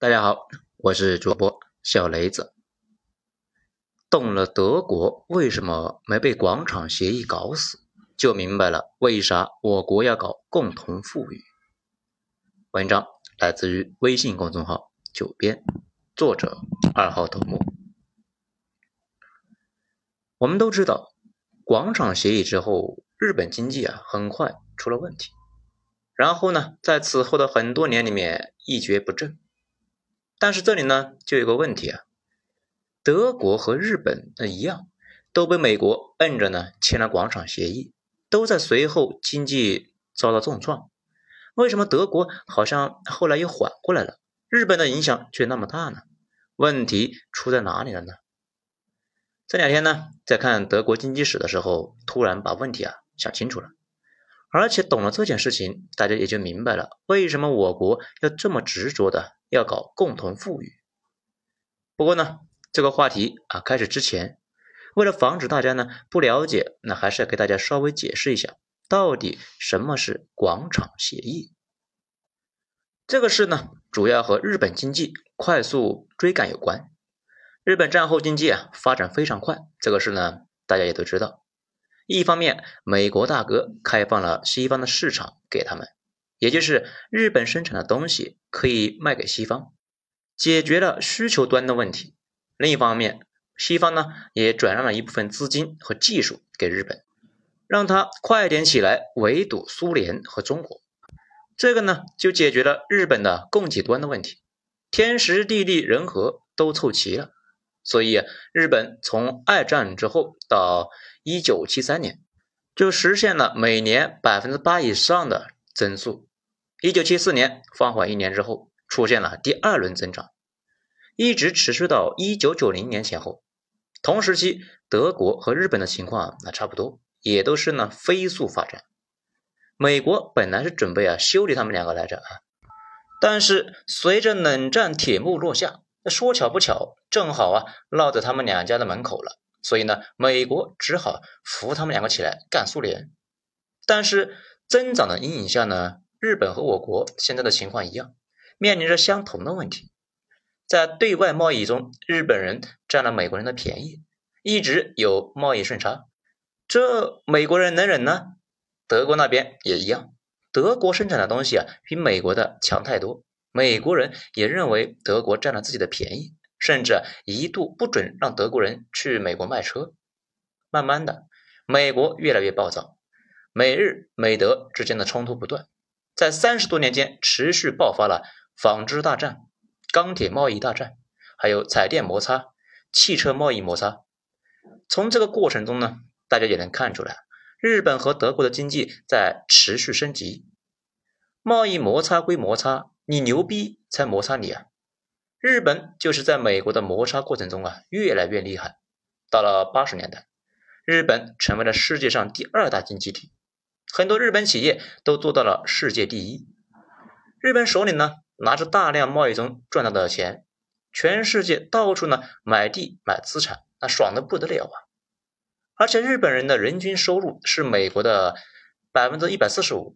大家好，我是主播小雷子。动了德国为什么没被广场协议搞死，就明白了为啥我国要搞共同富裕。文章来自于微信公众号九编，作者2号头目。我们都知道，广场协议之后，日本经济很快出了问题，然后呢，在此后的很多年里面一蹶不振。但是这里呢，就有个问题德国和日本一样，都被美国摁着呢签了广场协议，都在随后经济遭到重创。为什么德国好像后来又缓过来了，日本的影响却那么大呢？问题出在哪里了呢？这两天呢，在看德国经济史的时候，突然把问题想清楚了，而且懂了这件事情，大家也就明白了为什么我国要这么执着的要搞共同富裕。不过呢，这个话题开始之前，为了防止大家呢不了解，那还是要给大家稍微解释一下，到底什么是广场协议。这个事呢，主要和日本经济快速追赶有关。日本战后经济发展非常快，这个事呢大家也都知道。一方面，美国大哥开放了西方的市场给他们，也就是日本生产的东西可以卖给西方，解决了需求端的问题。另一方面，西方呢也转让了一部分资金和技术给日本，让它快点起来围堵苏联和中国。这个呢就解决了日本的供给端的问题，天时地利人和都凑齐了。所以日本从二战之后到1973年就实现了每年 8% 以上的增速。1974年放缓1年之后，出现了第二轮增长，一直持续到1990年前后。同时期德国和日本的情况差不多，也都是飞速发展。美国本来是准备修理他们两个来着但是随着冷战铁幕落下，说巧不巧，正好落在他们两家的门口了，所以呢，美国只好扶他们两个起来干苏联。但是增长的阴影下呢，日本和我国现在的情况一样，面临着相同的问题。在对外贸易中，日本人占了美国人的便宜，一直有贸易顺差，这美国人能忍呢？德国那边也一样，德国生产的东西比美国的强太多，美国人也认为德国占了自己的便宜，甚至一度不准让德国人去美国卖车。慢慢的，美国越来越暴躁，美日美德之间的冲突不断，在30多年间持续爆发了纺织大战、钢铁贸易大战，还有彩电摩擦、汽车贸易摩擦。从这个过程中呢，大家也能看出来，日本和德国的经济在持续升级。贸易摩擦归摩擦，你牛逼才摩擦你日本就是在美国的摩擦过程中越来越厉害。到了80年代，日本成为了世界上第2大经济体，很多日本企业都做到了世界第1。日本手里呢拿着大量贸易中赚到的钱，全世界到处呢买地买资产，那爽得不得了而且日本人的人均收入是美国的 145%，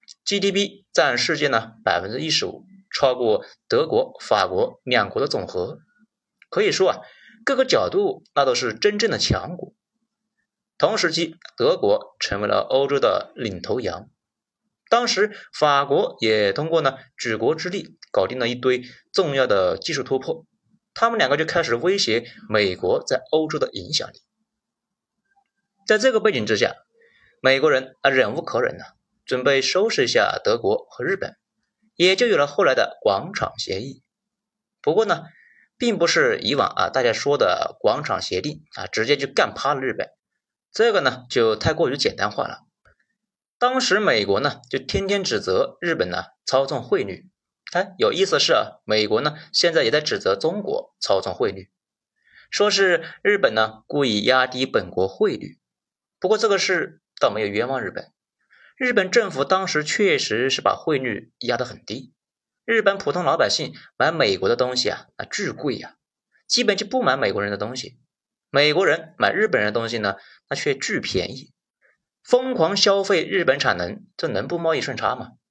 GDP 占世界呢 15%， 超过德国、法国两国的总和。可以说各个角度那都是真正的强国。同时期，德国成为了欧洲的领头羊。当时法国也通过举国之力搞定了一堆重要的技术突破，他们两个就开始威胁美国在欧洲的影响力。在这个背景之下，美国人忍无可忍准备收拾一下德国和日本，也就有了后来的广场协议。不过呢，并不是以往大家说的广场协定直接就干趴了日本，这个呢就太过于简单化了。当时美国呢就天天指责日本操纵汇率，有意思的是美国呢现在也在指责中国操纵汇率，说是日本呢故意压低本国汇率。不过这个事倒没有冤枉日本，日本政府当时确实是把汇率压得很低，日本普通老百姓买美国的东西那巨贵基本就不买美国人的东西，美国人买日本人的东西呢那却巨便宜，疯狂消费日本产能，这能不贸易顺差吗？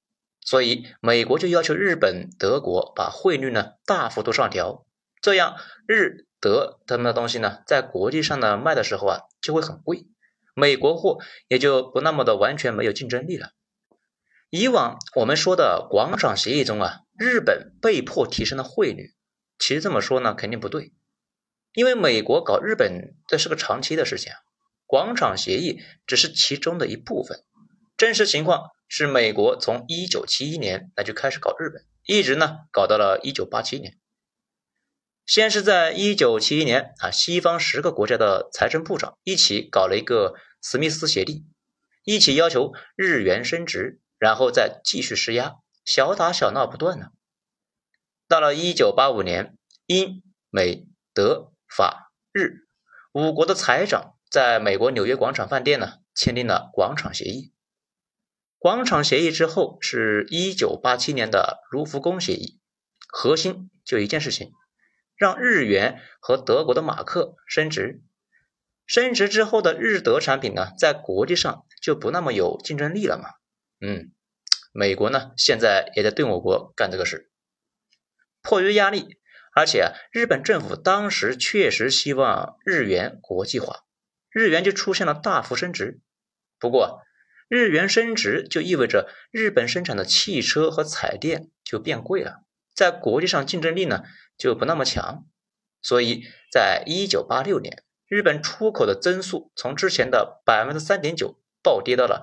所以美国就要求日本、德国把汇率呢大幅度上调，这样日德他们的东西呢在国际上呢卖的时候啊就会很贵，美国货也就不那么的完全没有竞争力了。以往我们说的广场协议中啊，日本被迫提升了汇率，其实这么说呢肯定不对，因为美国搞日本这是个长期的事情啊，广场协议只是其中的一部分，真实情况是美国从1971年那就开始搞日本，一直呢搞到了1987年。先是在1971年啊，西方10个国家的财政部长一起搞了一个史密斯协定，一起要求日元升值，然后再继续施压，小打小闹不断呢。到了1985年，英、美、德、法、日5国的财长在美国纽约广场饭店呢签订了广场协议。广场协议之后是1987年的卢浮宫协议，核心就一件事情，让日元和德国的马克升值。升值之后的日德产品呢，在国际上就不那么有竞争力了嘛。美国呢现在也在对我国干这个事。迫于压力，而且日本政府当时确实希望日元国际化，日元就出现了大幅升值。不过日元升值就意味着日本生产的汽车和彩电就变贵了，在国际上竞争力呢就不那么强。所以在1986年，日本出口的增速从之前的 3.9% 暴跌到了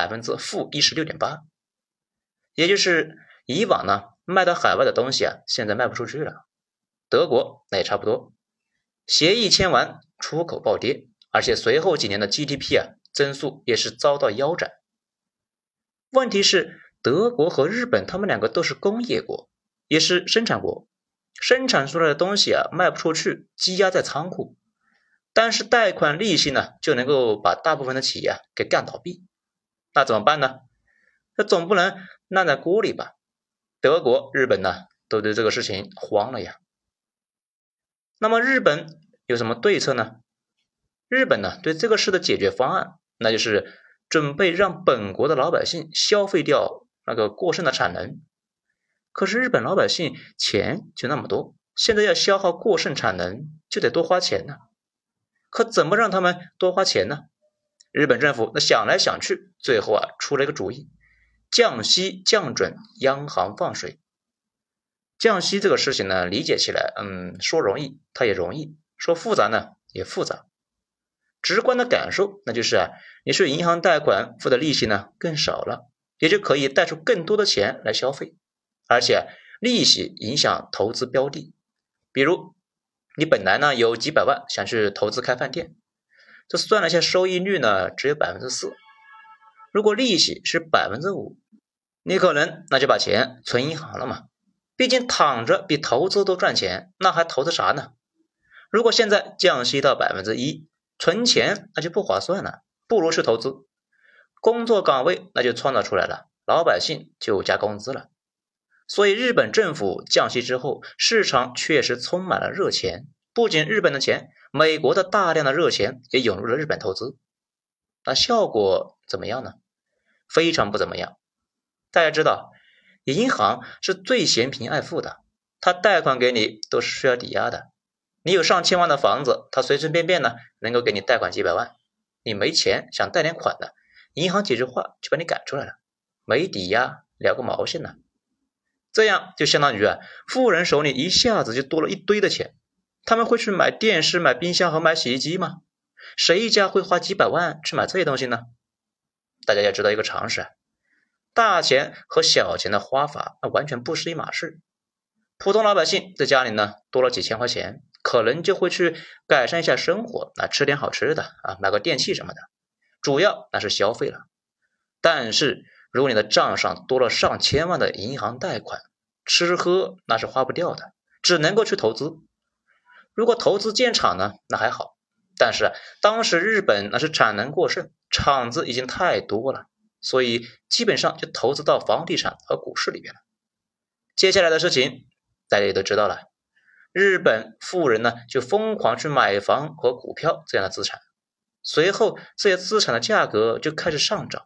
-16.8%， 也就是以往呢卖到海外的东西啊现在卖不出去了。德国那也差不多，协议签完出口暴跌，而且随后几年的 GDP 啊增速也是遭到腰斩。问题是德国和日本他们两个都是工业国，也是生产国，生产出来的东西啊卖不出去，积压在仓库，但是贷款利息呢就能够把大部分的企业给干倒闭。那怎么办呢？这总不能烂在锅里吧。德国、日本呢都对这个事情慌了呀。那么日本有什么对策呢？日本呢对这个事的解决方案，那就是准备让本国的老百姓消费掉那个过剩的产能。可是日本老百姓钱就那么多，现在要消耗过剩产能就得多花钱呢。可怎么让他们多花钱呢？日本政府那想来想去，最后出了一个主意，降息降准央行放水。降息这个事情呢，理解起来说容易它也容易，说复杂呢也复杂。直观的感受那就是你是银行贷款付的利息呢更少了，也就可以贷出更多的钱来消费，而且利息影响投资标的。比如你本来呢有几百万想去投资开饭店，这算了一下收益率呢只有 4%， 如果利息是 5%， 你可能那就把钱存银行了嘛，毕竟躺着比投资都赚钱，那还投资啥呢？如果现在降息到 1%， 存钱那就不划算了，不如去投资。工作岗位那就创造出来了，老百姓就加工资了。所以日本政府降息之后，市场确实充满了热钱，不仅日本的钱，美国的大量的热钱也涌入了日本投资。那效果怎么样呢？非常不怎么样。大家知道，银行是最嫌贫爱富的，它贷款给你都是需要抵押的。你有上千万的房子，它随随便便呢能够给你贷款几百万。你没钱想贷点款的，银行几句话就把你赶出来了，没抵押聊个毛线呢？这样就相当于富人手里一下子就多了一堆的钱，他们会去买电视、买冰箱和买洗衣机吗？谁家会花几百万去买这些东西呢？大家要知道一个常识，大钱和小钱的花法那完全不是一码事。普通老百姓在家里呢多了几千块钱，可能就会去改善一下生活，吃点好吃的买个电器什么的，主要那是消费了。但是如果你的账上多了上千万的银行贷款，吃喝那是花不掉的，只能够去投资。如果投资建厂呢那还好，但是当时日本那是产能过剩，厂子已经太多了，所以基本上就投资到房地产和股市里边了。接下来的事情大家也都知道了，日本富人呢就疯狂去买房和股票这样的资产，随后这些资产的价格就开始上涨，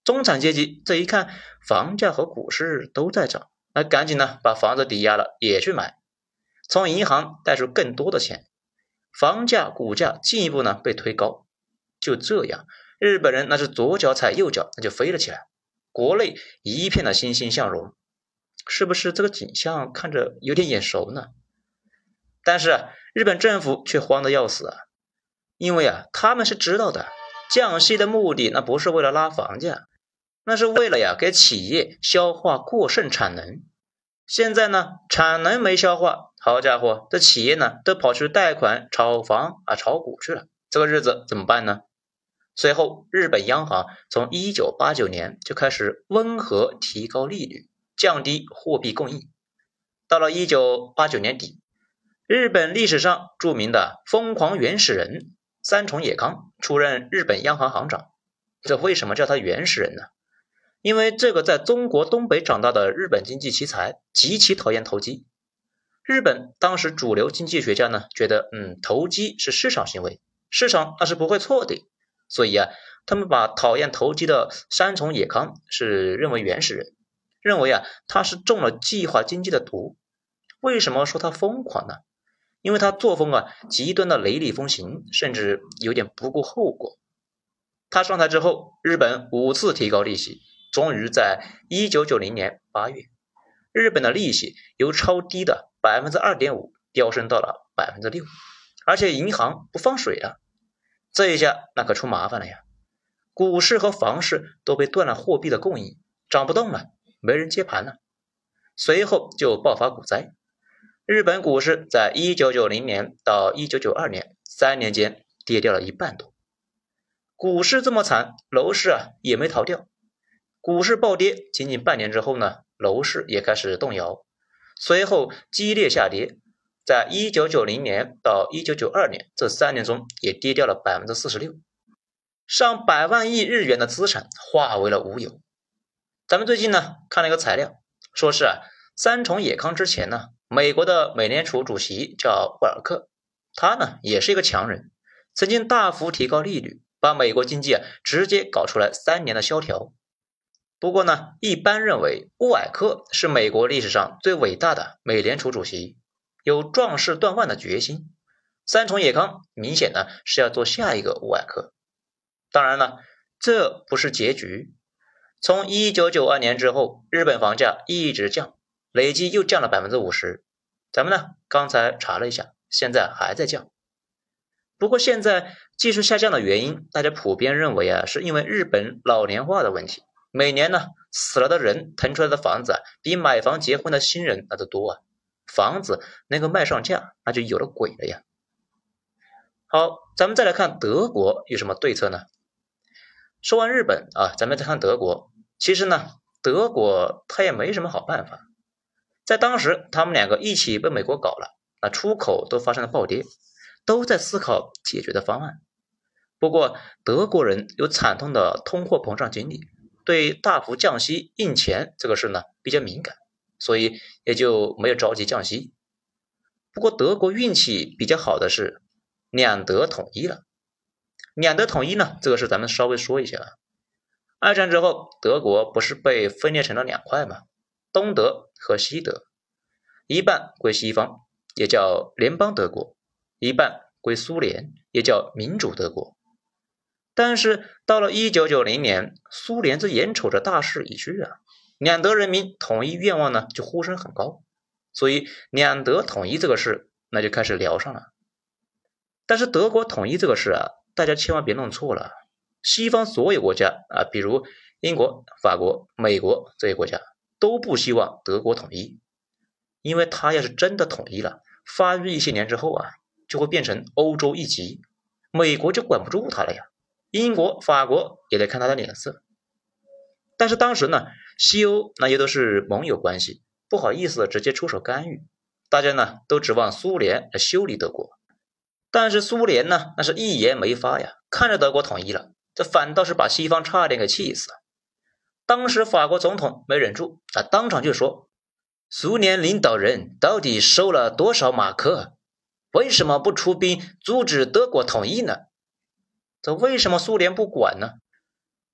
中产阶级这一看房价和股市都在涨，那赶紧呢把房子抵押了也去买，从银行贷出更多的钱，房价股价进一步呢被推高。就这样，日本人那是左脚踩右脚，那就飞了起来，国内一片的欣欣向荣。是不是这个景象看着有点眼熟呢？但是日本政府却慌得要死啊，因为他们是知道的，降息的目的那不是为了拉房价，那是为了给企业消化过剩产能。现在呢，产能没消化，好家伙，这企业呢都跑去贷款炒房炒股去了，这个日子怎么办呢？随后日本央行从1989年就开始温和提高利率，降低货币供应。到了1989年底，日本历史上著名的疯狂原始人三重野康出任日本央行行长。这为什么叫他原始人呢？因为这个在中国东北长大的日本经济奇才极其讨厌投机。日本当时主流经济学家呢觉得投机是市场行为，市场那是不会错的，所以他们把讨厌投机的三重野康是认为原始人，认为他是中了计划经济的毒。为什么说他疯狂呢？因为他作风极端的雷厉风行，甚至有点不顾后果。他上台之后，日本5次提高利息，终于在1990年8月，日本的利息由超低的 2.5% 飙升到了 6%， 而且银行不放水了。这一下那可出麻烦了呀，股市和房市都被断了货币的供应，涨不动了，没人接盘了。随后就爆发股灾，日本股市在1990年到1992年3年间跌掉了一半多。股市这么惨，楼市也没逃掉。股市暴跌仅仅半年之后呢，楼市也开始动摇，随后激烈下跌，在1990年到1992年这3年中也跌掉了 46%， 上百万亿日元的资产化为了乌有。咱们最近呢看了一个材料，说是三重野康之前呢，美国的美联储主席叫沃尔克，他呢也是一个强人，曾经大幅提高利率，把美国经济直接搞出来3年的萧条。不过呢，一般认为沃尔克是美国历史上最伟大的美联储主席，有壮士断腕的决心。三重野康明显呢是要做下一个沃尔克。当然了，这不是结局。从1992年之后，日本房价一直降，累计又降了 50%。 咱们呢刚才查了一下，现在还在降。不过现在技术下降的原因，大家普遍认为是因为日本老年化的问题。每年呢死了的人腾出来的房子比买房结婚的新人那都多房子能够卖上价，那就有了鬼了呀。好，咱们再来看德国有什么对策呢？说完日本咱们再看德国。其实呢德国它也没什么好办法，在当时他们两个一起被美国搞了，出口都发生了暴跌，都在思考解决的方案。不过德国人有惨痛的通货膨胀经历，对大幅降息印钱这个事呢比较敏感，所以也就没有着急降息。不过德国运气比较好的是两德统一了。两德统一呢，这个事咱们稍微说一下。二战之后，德国不是被分裂成了2块吗？东德和西德，一半归西方，也叫联邦德国，一半归苏联，也叫民主德国。但是到了1990年，苏联这眼瞅着大势已去两德人民统一愿望呢就呼声很高，所以两德统一这个事那就开始聊上了。但是德国统一这个事大家千万别弄错了，西方所有国家比如英国、法国、美国这些国家都不希望德国统一，因为他要是真的统一了，发育一些年之后就会变成欧洲一极，美国就管不住他了呀，英国、法国也得看他的脸色。但是当时呢，西欧那也都是盟友关系，不好意思直接出手干预，大家呢都指望苏联来修理德国。但是苏联呢那是一言没发呀，看着德国统一了，这反倒是把西方差点给气死了。当时法国总统没忍住当场就说，苏联领导人到底收了多少马克？为什么不出兵阻止德国统一呢？这为什么苏联不管呢？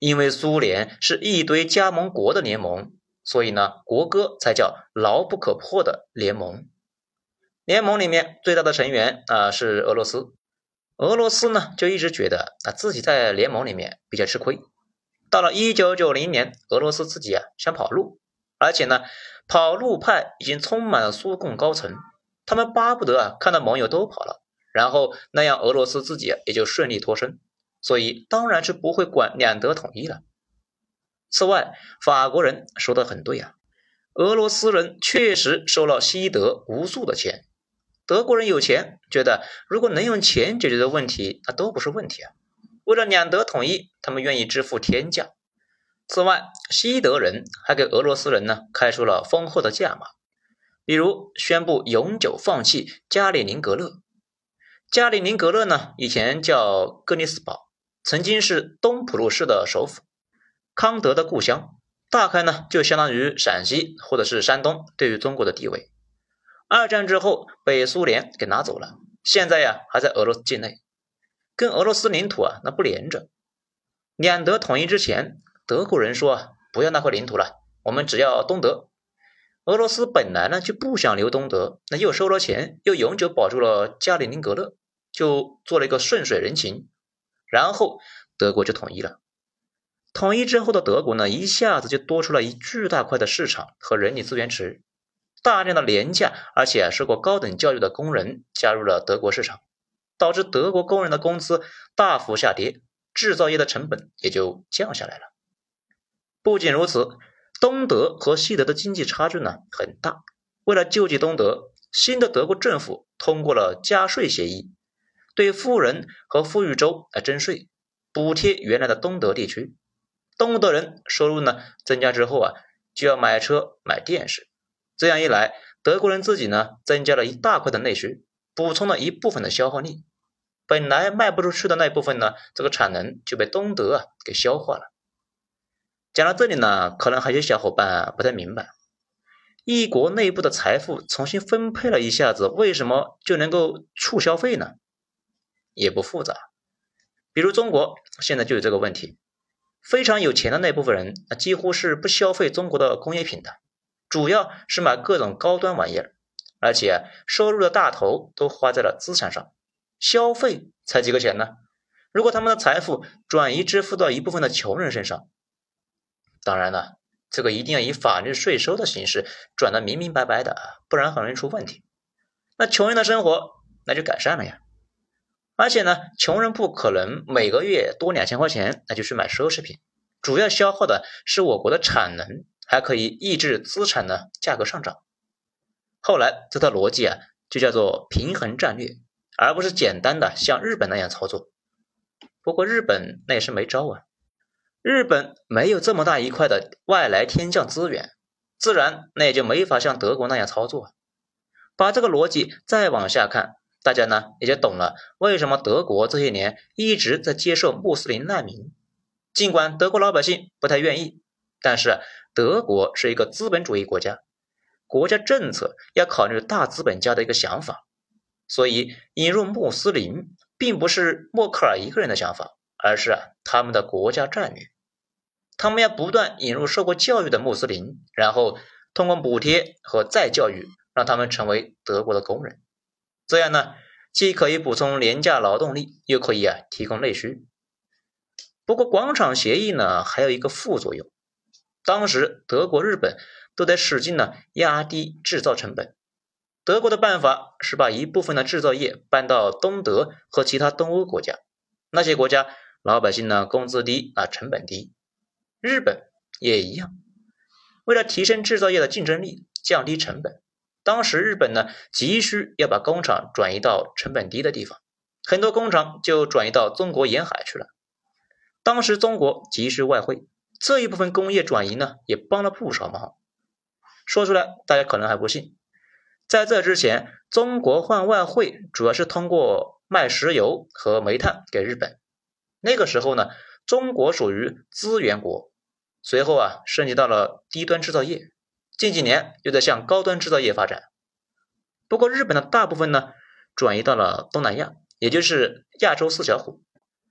因为苏联是一堆加盟国的联盟，所以呢，国歌才叫牢不可破的联盟。联盟里面最大的成员是俄罗斯，俄罗斯呢就一直觉得自己在联盟里面比较吃亏。到了1990年，俄罗斯自己想跑路，而且呢，跑路派已经充满了苏共高层，他们巴不得看到盟友都跑了，然后那样俄罗斯自己也就顺利脱身，所以当然是不会管两德统一了。此外，法国人说得很对俄罗斯人确实收了西德无数的钱，德国人有钱，觉得如果能用钱解决的问题，那都不是问题为了两德统一，他们愿意支付天价。此外，西德人还给俄罗斯人呢开出了丰厚的价码，比如宣布永久放弃加里宁格勒。加里宁格勒呢以前叫戈尼斯堡，曾经是东普鲁士的首府，康德的故乡，大概呢就相当于陕西或者是山东对于中国的地位。二战之后被苏联给拿走了，现在还在俄罗斯境内，跟俄罗斯领土那不连着。两德统一之前，德国人说不要那块领土了，我们只要东德。俄罗斯本来呢就不想留东德，那又收了钱，又永久保住了加里宁格勒，就做了一个顺水人情，然后德国就统一了。统一之后的德国呢，一下子就多出了一巨大块的市场和人力资源池，大量的廉价而且受过高等教育的工人加入了德国市场，导致德国工人的工资大幅下跌，制造业的成本也就降下来了。不仅如此，东德和西德的经济差距呢很大，为了救济东德，新的德国政府通过了加税协议，对富人和富裕州征税，补贴原来的东德地区。东德人收入呢增加之后就要买车买电视，这样一来，德国人自己呢增加了一大块的内需，补充了一部分的消耗力，本来卖不出去的那部分呢，这个产能就被东德给消化了。讲到这里呢，可能还有小伙伴不太明白，一国内部的财富重新分配了一下子，为什么就能够促消费呢？也不复杂，比如中国现在就有这个问题，非常有钱的那部分人几乎是不消费中国的工业品的，主要是买各种高端玩意儿，而且收入的大头都花在了资产上，消费才几个钱呢？如果他们的财富转移支付到一部分的穷人身上，当然了，这个一定要以法律税收的形式转得明明白白的，不然很容易出问题。那穷人的生活那就改善了呀。而且呢，穷人不可能每个月多2000块钱那就去买奢侈品，主要消耗的是我国的产能，还可以抑制资产的价格上涨。后来这套逻辑就叫做平衡战略，而不是简单的像日本那样操作。不过日本那也是没招日本没有这么大一块的外来天降资源，自然那也就没法像德国那样操作。把这个逻辑再往下看，大家呢也就懂了为什么德国这些年一直在接受穆斯林难民。尽管德国老百姓不太愿意，但是德国是一个资本主义国家，国家政策要考虑大资本家的一个想法，所以引入穆斯林并不是默克尔一个人的想法，而是他们的国家战略。他们要不断引入受过教育的穆斯林，然后通过补贴和再教育让他们成为德国的工人，这样呢既可以补充廉价劳动力，又可以提供内需。不过广场协议呢还有一个副作用，当时德国日本都在使劲压低制造成本。德国的办法是把一部分的制造业搬到东德和其他东欧国家，那些国家老百姓呢工资低成本低。日本也一样，为了提升制造业的竞争力，降低成本，当时日本呢急需要把工厂转移到成本低的地方，很多工厂就转移到中国沿海去了。当时中国急需外汇，这一部分工业转移呢也帮了不少忙。说出来大家可能还不信，在这之前，中国换外汇主要是通过卖石油和煤炭给日本。那个时候呢，中国属于资源国，随后升级到了低端制造业，近几年又在向高端制造业发展。不过日本的大部分呢转移到了东南亚，也就是亚洲四小虎。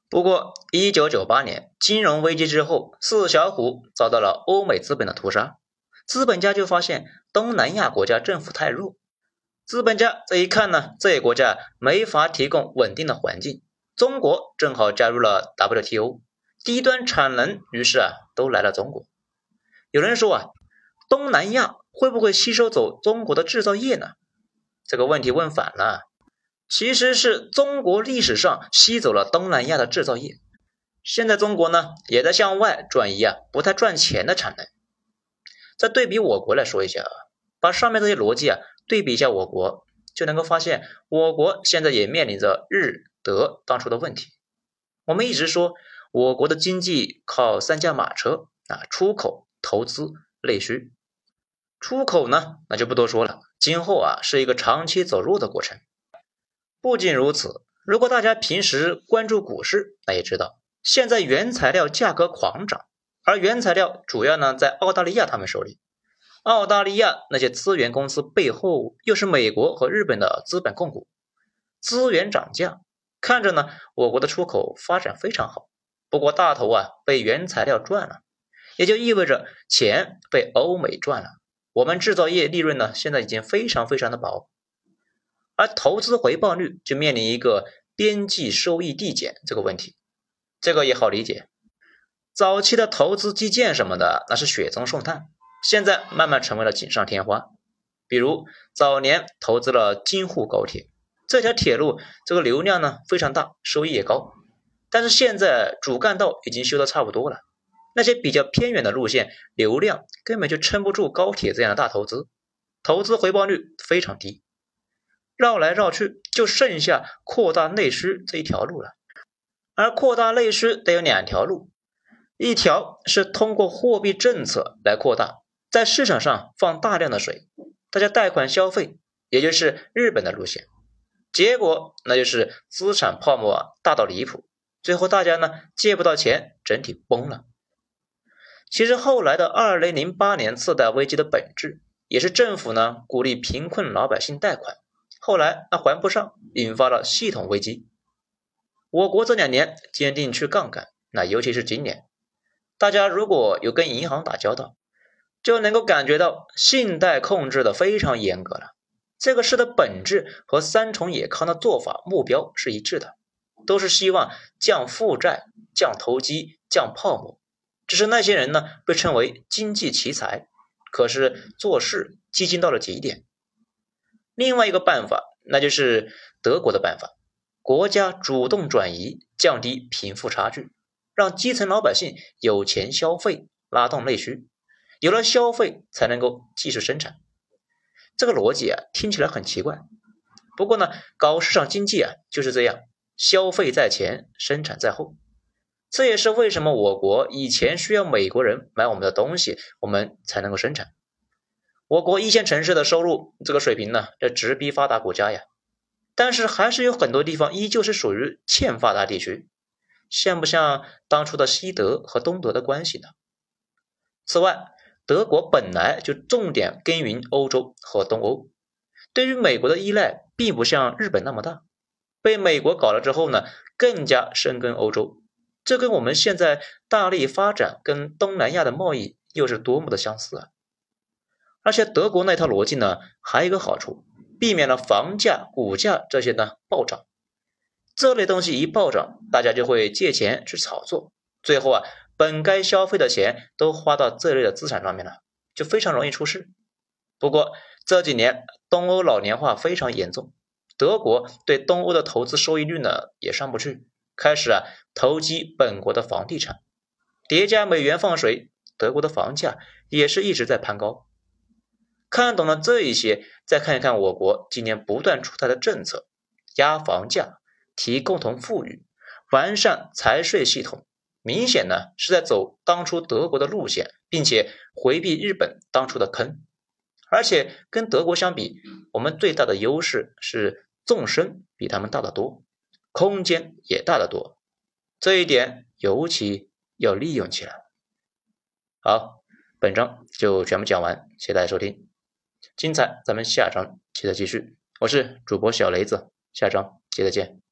不过1998年金融危机之后，四小虎遭到了欧美资本的屠杀，资本家就发现东南亚国家政府太弱，资本家这一看呢，这些国家没法提供稳定的环境，中国正好加入了 WTO， 低端产能于是都来了中国。有人说东南亚会不会吸收走中国的制造业呢？这个问题问反了，其实是中国历史上吸走了东南亚的制造业，现在中国呢也在向外转移不太赚钱的产能。再对比我国来说一下把上面这些逻辑对比一下我国，就能够发现我国现在也面临着日德当初的问题。我们一直说我国的经济靠三驾马车出口、投资、内需。出口呢那就不多说了，今后是一个长期走弱的过程。不仅如此，如果大家平时关注股市，那也知道现在原材料价格狂涨，而原材料主要呢在澳大利亚他们手里。澳大利亚那些资源公司背后又是美国和日本的资本控股，资源涨价，看着呢我国的出口发展非常好，不过大头被原材料赚了，也就意味着钱被欧美赚了，我们制造业利润呢现在已经非常非常的薄，而投资回报率就面临一个边际收益递减这个问题。这个也好理解，早期的投资基建什么的那是雪中送炭，现在慢慢成为了锦上添花。比如早年投资了京沪高铁，这条铁路这个流量呢非常大，收益也高，但是现在主干道已经修得差不多了，那些比较偏远的路线流量根本就撑不住高铁这样的大投资，投资回报率非常低，绕来绕去就剩下扩大内需这一条路了。而扩大内需得有两条路，一条是通过货币政策来扩大，在市场上放大量的水，大家贷款消费，也就是日本的路线，结果那就是资产泡沫大到离谱，最后大家呢借不到钱，整体崩了。其实后来的2008年次贷危机的本质也是政府呢鼓励贫困老百姓贷款，后来还不上，引发了系统危机。我国这2年坚定去杠杆，那尤其是今年，大家如果有跟银行打交道，就能够感觉到信贷控制的非常严格了。这个事的本质和三重野康的做法目标是一致的，都是希望降负债、降投机、降泡沫。只是那些人呢被称为经济奇才，可是做事激进到了极点。另外一个办法那就是德国的办法，国家主动转移，降低贫富差距，让基层老百姓有钱消费，拉动内需，有了消费才能够继续生产。这个逻辑听起来很奇怪，不过呢搞市场经济就是这样，消费在前，生产在后。这也是为什么我国以前需要美国人买我们的东西，我们才能够生产。我国一线城市的收入这个水平呢，这直逼发达国家呀，但是还是有很多地方依旧是属于欠发达地区，像不像当初的西德和东德的关系呢？此外，德国本来就重点耕耘欧洲和东欧，对于美国的依赖并不像日本那么大，被美国搞了之后呢，更加深耕欧洲，这跟我们现在大力发展跟东南亚的贸易又是多么的相似而且德国那套逻辑呢，还有一个好处，避免了房价、股价这些呢暴涨。这类东西一暴涨，大家就会借钱去炒作，最后本该消费的钱都花到这类的资产上面了，就非常容易出事。不过这几年东欧老年化非常严重，德国对东欧的投资收益率呢也上不去，开始投机本国的房地产，叠加美元放水，德国的房价也是一直在攀高。看懂了这一些，再看一看我国今年不断出台的政策，压房价、提共同富裕、完善财税系统，明显呢是在走当初德国的路线，并且回避日本当初的坑。而且跟德国相比，我们最大的优势是纵深比他们大得多，空间也大得多，这一点尤其要利用起来。好，本章就全部讲完，谢谢大家收听，精彩咱们下章接着继续。我是主播小雷子，下章接着见。